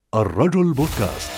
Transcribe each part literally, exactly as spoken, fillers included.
الرجل بودكاست.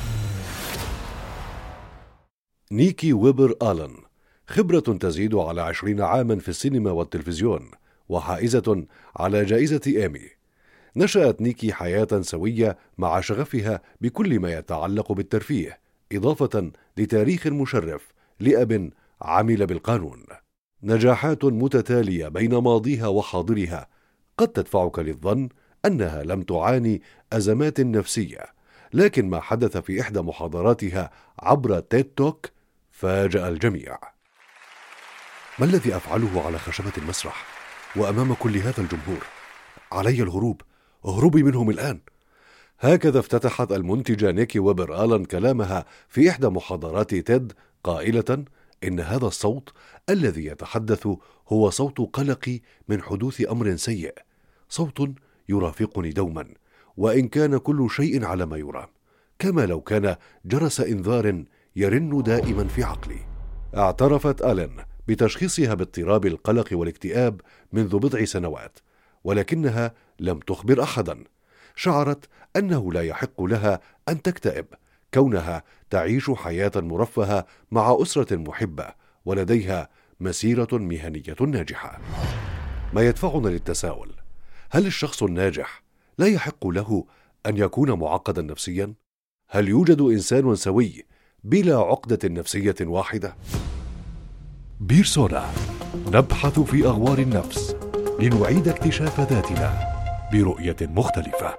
نيكي ويبر آلن خبرة تزيد على عشرين عاما في السينما والتلفزيون، وحائزة على جائزة إيمي. نشأت نيكي حياة سوية مع شغفها بكل ما يتعلق بالترفيه، إضافة لتاريخ مشرف لأب عمل بالقانون. نجاحات متتالية بين ماضيها وحاضرها قد تدفعك للظن أنها لم تعاني أزمات نفسية، لكن ما حدث في إحدى محاضراتها عبر تيد توك فاجأ الجميع. ما الذي أفعله على خشبة المسرح وأمام كل هذا الجمهور؟ علي الهروب، اهربي منهم الآن. هكذا افتتحت المنتجة نيكي ويبر آلن كلامها في إحدى محاضرات تيد قائلة إن هذا الصوت الذي يتحدث هو صوت قلقي من حدوث أمر سيء، صوت يرافقني دوما وإن كان كل شيء على ما يرام، كما لو كان جرس إنذار يرن دائما في عقلي. اعترفت آلن بتشخيصها باضطراب القلق والاكتئاب منذ بضع سنوات، ولكنها لم تخبر أحدا. شعرت أنه لا يحق لها أن تكتئب كونها تعيش حياة مرفهة مع أسرة محبة ولديها مسيرة مهنية ناجحة. ما يدفعنا للتساؤل: هل الشخص الناجح لا يحق له أن يكون معقدا نفسيا؟ هل يوجد إنسان سوي بلا عقدة نفسية واحدة؟ بيرسونا، نبحث في أغوار النفس لنعيد اكتشاف ذاتنا برؤية مختلفة.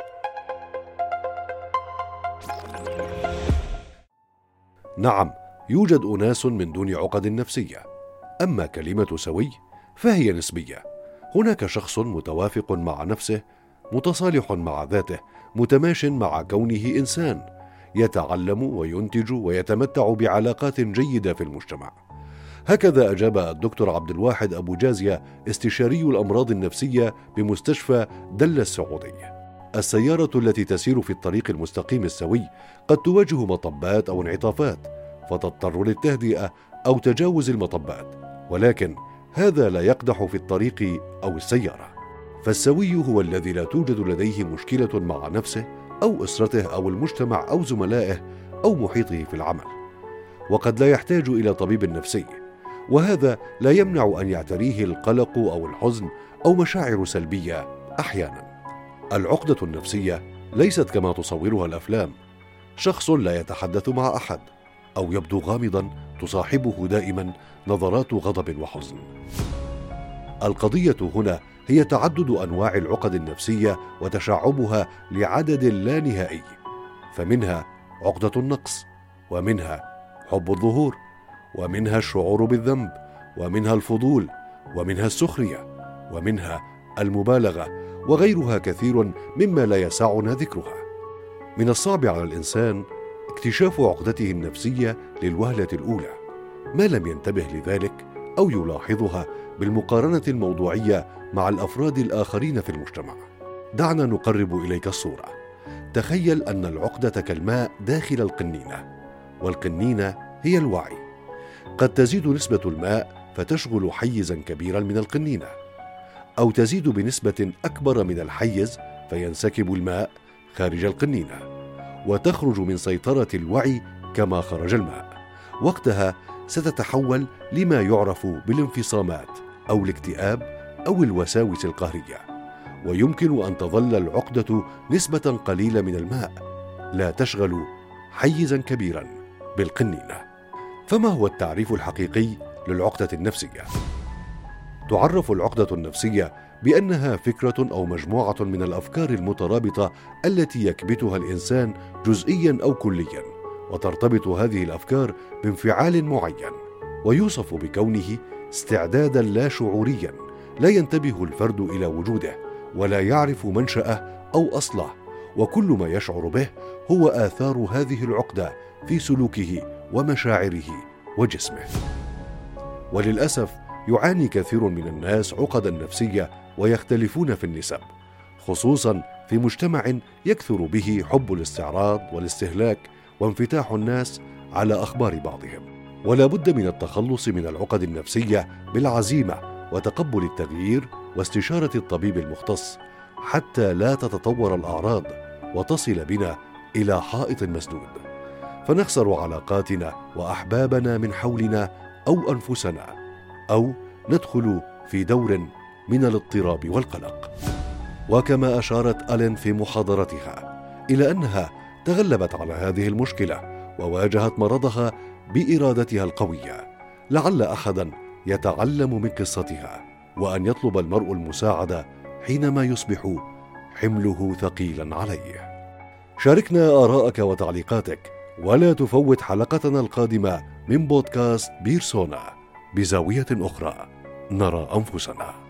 نعم، يوجد أناس من دون عقد نفسية، أما كلمة سوي فهي نسبية. هناك شخص متوافق مع نفسه، متصالح مع ذاته، متماش مع كونه إنسان، يتعلم وينتج ويتمتع بعلاقات جيدة في المجتمع. هكذا أجاب الدكتور عبد الواحد أبو جازية، استشاري الأمراض النفسية بمستشفى دلة السعودي: السيارة التي تسير في الطريق المستقيم السوي قد تواجه مطبات أو انعطافات، فتضطر للتهدئة أو تجاوز المطبات، ولكن هذا لا يقدح في الطريق أو السيارة. فالسوي هو الذي لا توجد لديه مشكلة مع نفسه أو أسرته أو المجتمع أو زملائه أو محيطه في العمل، وقد لا يحتاج إلى طبيب نفسي، وهذا لا يمنع أن يعتريه القلق أو الحزن أو مشاعر سلبية أحيانا. العقدة النفسية ليست كما تصورها الأفلام، شخص لا يتحدث مع أحد أو يبدو غامضا تصاحبه دائما نظرات غضب وحزن. القضية هنا هي تعدد أنواع العقد النفسية وتشعبها لعدد لا نهائي، فمنها عقدة النقص، ومنها حب الظهور، ومنها الشعور بالذنب، ومنها الفضول، ومنها السخرية، ومنها المبالغة، وغيرها كثير مما لا يسعنا ذكرها. من الصعب على الإنسان اكتشاف عقدته النفسية للوهلة الأولى، ما لم ينتبه لذلك أو يلاحظها بالمقارنة الموضوعية مع الأفراد الآخرين في المجتمع. دعنا نقرب إليك الصورة. تخيل أن العقدة كالماء داخل القنينة، والقنينة هي الوعي. قد تزيد نسبة الماء فتشغل حيزا كبيرا من القنينة، أو تزيد بنسبة أكبر من الحيز فينسكب الماء خارج القنينة وتخرج من سيطرة الوعي كما خرج الماء. وقتها ستتحول لما يعرف بالانفصامات أو الاكتئاب أو الوساوس القهرية، ويمكن أن تظل العقدة نسبة قليلة من الماء لا تشغل حيزا كبيرا بالقنينة. فما هو التعريف الحقيقي للعقدة النفسية؟ تعرف العقدة النفسية بأنها فكرة أو مجموعة من الأفكار المترابطة التي يكبتها الإنسان جزئيا أو كليا، وترتبط هذه الأفكار بانفعال معين، ويوصف بكونه استعدادا لا شعوريا لا ينتبه الفرد إلى وجوده ولا يعرف منشأه أو أصله، وكل ما يشعر به هو آثار هذه العقدة في سلوكه ومشاعره وجسمه. وللأسف يعاني كثير من الناس عقدا نفسية ويختلفون في النسب، خصوصا في مجتمع يكثر به حب الاستعراض والاستهلاك وانفتاح الناس على أخبار بعضهم. ولا بد من التخلص من العقد النفسية بالعزيمة وتقبل التغيير واستشارة الطبيب المختص حتى لا تتطور الأعراض وتصل بنا إلى حائط مسدود، فنخسر علاقاتنا وأحبابنا من حولنا أو أنفسنا، أو ندخل في دور من الاضطراب والقلق. وكما أشارت ألين في محاضرتها إلى أنها تغلبت على هذه المشكلة وواجهت مرضها بإرادتها القوية، لعل أحدا يتعلم من قصتها، وأن يطلب المرء المساعدة حينما يصبح حمله ثقيلا عليه. شاركنا آراءك وتعليقاتك، ولا تفوت حلقتنا القادمة من بودكاست بيرسونا، بزاوية أخرى نرى أنفسنا.